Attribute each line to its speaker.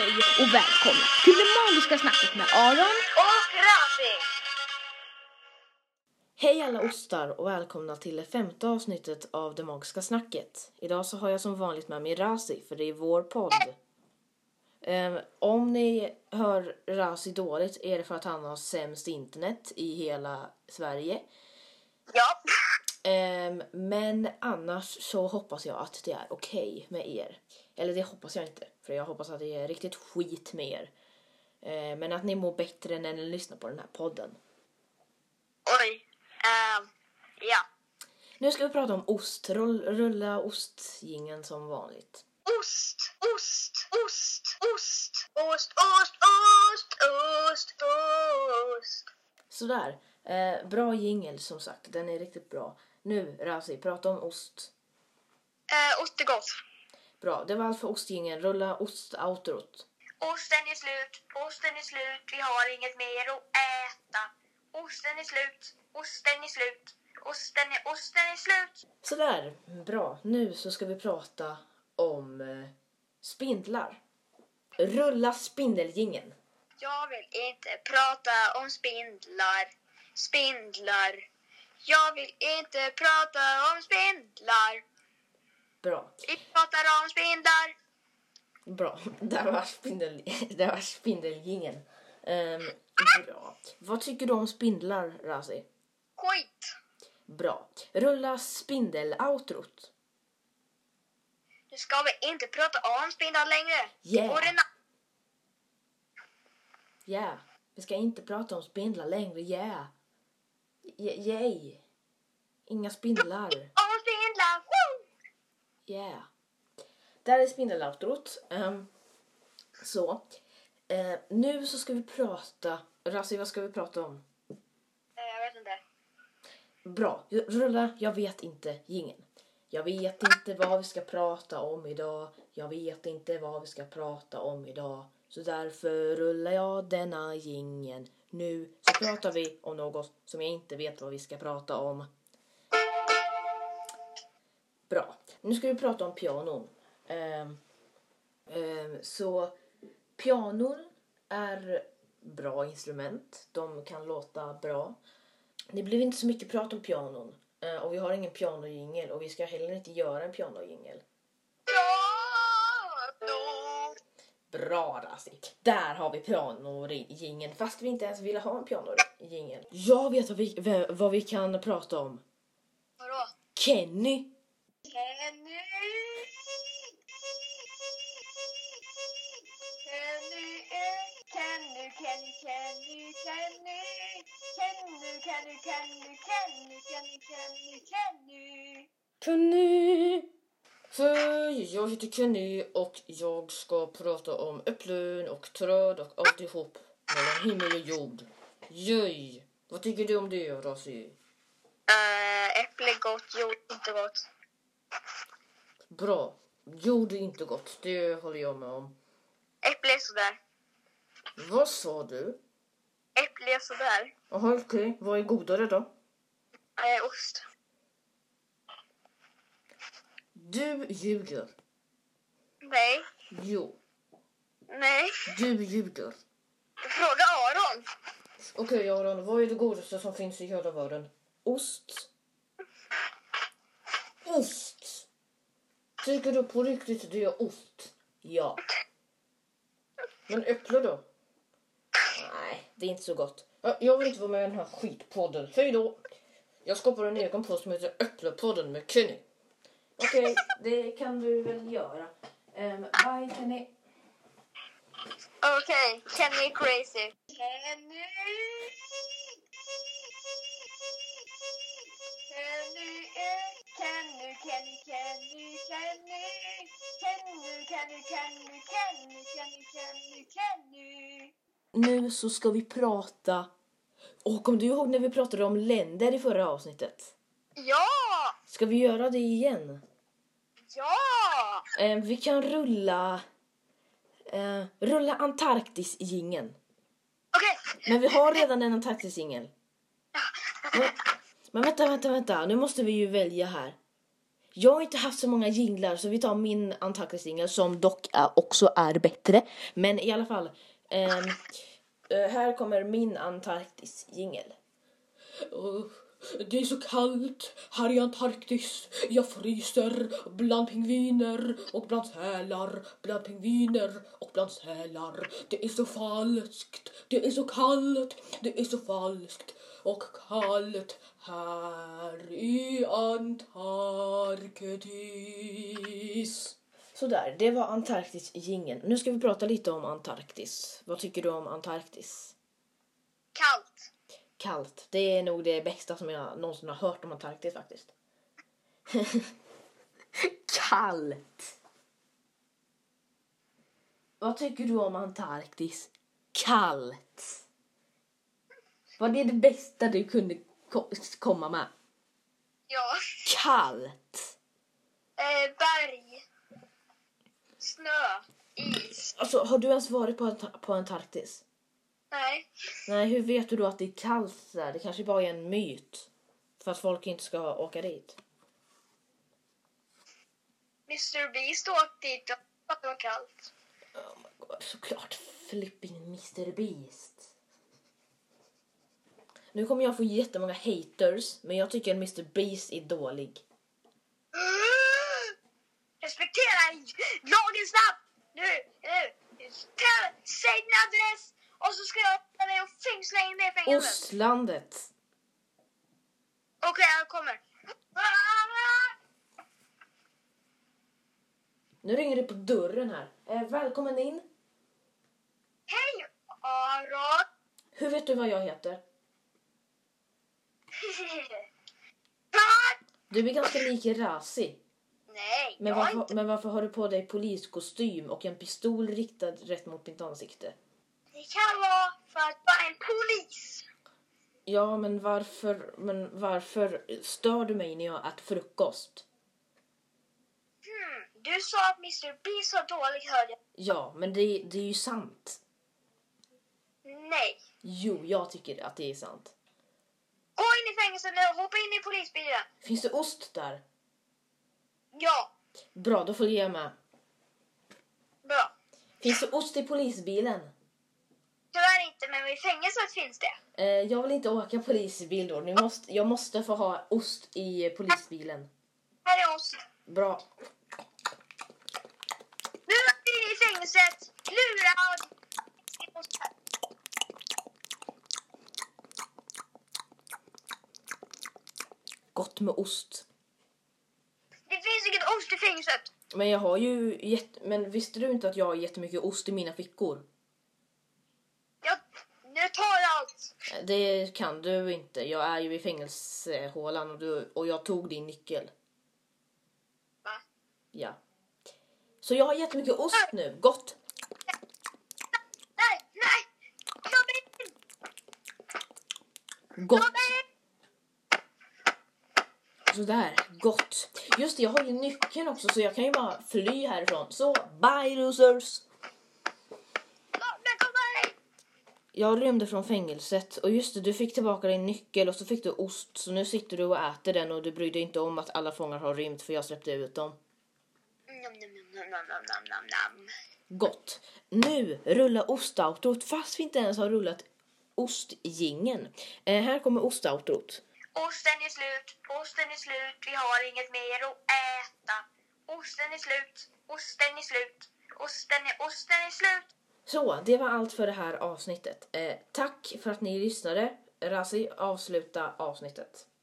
Speaker 1: Hej och välkomna till det magiska snacket med Aron
Speaker 2: och Razi.
Speaker 3: Hej alla ostar och välkomna till det 5:e avsnittet av det magiska snacket. Idag så har jag som vanligt med mig Razi, för det är vår podd. Om ni hör Razi dåligt är det för att han har sämst internet i hela Sverige.
Speaker 2: Ja.
Speaker 3: Men annars så hoppas jag att det är okej med er. Eller det hoppas jag inte, för jag hoppas att det är riktigt skit med er. Men att ni mår bättre när ni lyssnar på den här podden.
Speaker 2: Oj. Ja.
Speaker 3: Nu ska vi prata om ost. Rulla ostgingen som vanligt.
Speaker 2: Ost, ost, ost, ost, ost, ost, ost, ost, ost.
Speaker 3: Sådär. Bra jingel som sagt. Den är riktigt bra. Nu, Razi, prata om ost.
Speaker 2: Ost är gott.
Speaker 3: Bra, det var allt för ostjingeln. Rulla ostoutrot.
Speaker 2: Osten är slut, osten är slut. Vi har inget mer att äta. Osten är slut, osten är slut. Osten är slut.
Speaker 3: Sådär, bra. Nu så ska vi prata om spindlar. Rulla spindeljingeln.
Speaker 2: Jag vill inte prata om spindlar. Spindlar. Jag vill inte prata om spindlar.
Speaker 3: Bra.
Speaker 2: Vi pratar om spindlar.
Speaker 3: Bra, där var spindeljingeln. Bra. Vad tycker du om spindlar, Razi?
Speaker 2: Skit.
Speaker 3: Bra. Rulla spindeloutrot.
Speaker 2: Nu ska vi inte prata om spindlar längre.
Speaker 3: Yeah.
Speaker 2: Och
Speaker 3: Ja, vi ska inte prata om spindlar längre. Yay. Inga spindlar.
Speaker 2: om spindlar. Woo!
Speaker 3: Yeah. Där är spindeloutrot. Nu så ska vi prata. Razi, vad ska vi prata om?
Speaker 2: Jag vet inte.
Speaker 3: Bra. Rulla, jag vet inte jingeln. Jag vet inte vad vi ska prata om idag. Jag vet inte vad vi ska prata om idag. Så därför rullar jag denna jingeln. Nu så pratar vi om något som jag inte vet vad vi ska prata om. Bra. Nu ska vi prata om pianon. Så pianon är bra instrument. De kan låta bra. Det blev inte så mycket prat om pianon. Och vi har ingen pianojingel. Och vi ska heller inte göra en pianojingel. Bra, Razi. Där har vi pianojingel. Fast vi inte ens ville ha en pianojingel. Jag vet vad vi kan prata om.
Speaker 2: Vadå?
Speaker 3: Kenny. Kenny. För jag heter Kenny och jag ska prata om äpplen och träd och alltihop mellan himmel och jord. Jöj! Vad tycker du om det, Razi?
Speaker 2: Äpple gott, jord inte gott.
Speaker 3: Bra. Jord är inte gott, det håller jag med om.
Speaker 2: Äpple är sådär.
Speaker 3: Vad sa du?
Speaker 2: Äpple är sådär.
Speaker 3: Jaha, okej. Vad är godare då?
Speaker 2: Ost.
Speaker 3: Du ljuger.
Speaker 2: Nej.
Speaker 3: Jo,
Speaker 2: Nej.
Speaker 3: du ljuger.
Speaker 2: Fråga Aron.
Speaker 3: Okej, Aron, vad är det godaste som finns i hela världen? Ost. Ost. Tycker du på riktigt det är ost? Ja. Men äpple då? Nej, det är inte så gott. Jag vill inte vara med i den här skitpodden. Hej då. Jag skapar en egen podd som heter Äpplepodden med Kenny. Okej, det kan du väl göra. Bye, Kenny.
Speaker 2: Okej, Kenny är crazy.
Speaker 3: Nu så ska vi prata. Och kommer du ihåg när vi pratade om länder i förra avsnittet?
Speaker 2: Ja!
Speaker 3: Ska vi göra det igen?
Speaker 2: Ja!
Speaker 3: Vi kan rulla Antarktis-jingeln.
Speaker 2: Okej.
Speaker 3: Men vi har redan en Antarktis-jingel. Men vänta. Nu måste vi ju välja här. Jag har inte haft så många jinglar så vi tar min Antarktis-jingel som dock också är bättre. Men i alla fall, här kommer min Antarktis-jingel. Det är så kallt här i Antarktis. Jag fryser bland pingviner och bland sälar. Bland pingviner och bland sälar. Det är så falskt. Det är så kallt. Det är så falskt och kallt här i Antarktis. Sådär, det var Antarktis-jingeln. Nu ska vi prata lite om Antarktis. Vad tycker du om Antarktis?
Speaker 2: Kallt.
Speaker 3: Kallt. Det är nog det bästa som jag någonsin har hört om Antarktis faktiskt. Kallt. Vad tycker du om Antarktis? Kallt. Vad är det bästa du kunde komma med?
Speaker 2: Ja.
Speaker 3: Kallt.
Speaker 2: Berg. Snö. Is.
Speaker 3: Alltså, har du ens varit på Antarktis?
Speaker 2: Nej.
Speaker 3: Nej, hur vet du då att det är kallt där? Det kanske bara är en myt. För att folk inte ska åka dit.
Speaker 2: Mr. Beast åkte dit och att det var kallt.
Speaker 3: Oh my God, såklart flipping Mr. Beast. Nu kommer jag få jättemånga haters, men jag tycker att Mr. Beast är dålig.
Speaker 2: Respektera lagens namn! Nu! Säg din adress! Och så ska jag ta dig och fängsla in dig i fängelset.
Speaker 3: Ostlandet.
Speaker 2: Okej, jag kommer.
Speaker 3: Nu ringer det på dörren här. Välkommen in.
Speaker 2: Hej, Aron.
Speaker 3: Hur vet du vad jag heter? Du är ganska lik Razi.
Speaker 2: Nej,
Speaker 3: Men
Speaker 2: jag inte.
Speaker 3: men varför har du på dig poliskostym och en pistol riktad rätt mot ditt ansikte?
Speaker 2: Det kan vara för att vara en polis.
Speaker 3: Ja, men varför stör du mig när jag äter frukost?
Speaker 2: Du sa att Mr. Beast var dålig, hörde jag.
Speaker 3: Ja, men det är ju sant.
Speaker 2: Nej.
Speaker 3: Jo, jag tycker att det är sant.
Speaker 2: Gå in i fängelset nu, hoppa in i polisbilen.
Speaker 3: Finns det ost där?
Speaker 2: Ja,
Speaker 3: Bra, då följer jag med.
Speaker 2: bra.
Speaker 3: Finns det ost i polisbilen?
Speaker 2: Tyvärr inte, men vid fängelset finns det.
Speaker 3: Jag vill inte åka polisbil då. Jag måste få ha ost i polisbilen.
Speaker 2: Här är oss.
Speaker 3: Bra.
Speaker 2: Nu är vi inne i fängelset. Lurad.
Speaker 3: Gott med ost.
Speaker 2: Det finns inget ost i fängelset.
Speaker 3: Men jag har ju men visste du inte att jag har jättemycket ost i mina fickor?
Speaker 2: Nu tar jag allt.
Speaker 3: Det kan du inte. Jag är ju i fängelsehålan och jag tog din nyckel.
Speaker 2: Va?
Speaker 3: Ja. Så jag har jättemycket ost nu. Gott.
Speaker 2: Nej. Kom in.
Speaker 3: Gott. Sådär, gott. Just det, jag har ju nyckeln också så jag kan ju bara fly härifrån. Så, bye losers. Jag rymde från fängelset och just det, du fick tillbaka din nyckel och så fick du ost. Så nu sitter du och äter den och du bryr dig inte om att alla fångar har rymt för jag släppte ut dem.
Speaker 2: Nam.
Speaker 3: Gott. Nu rullar ostoutrot fast vi inte ens har rullat ostgingen. Här kommer ostoutrot.
Speaker 2: Osten är slut. Vi har inget mer att äta. Osten är slut. Osten är slut.
Speaker 3: Så, det var allt för det här avsnittet. Tack för att ni lyssnade. Razi, avsluta avsnittet.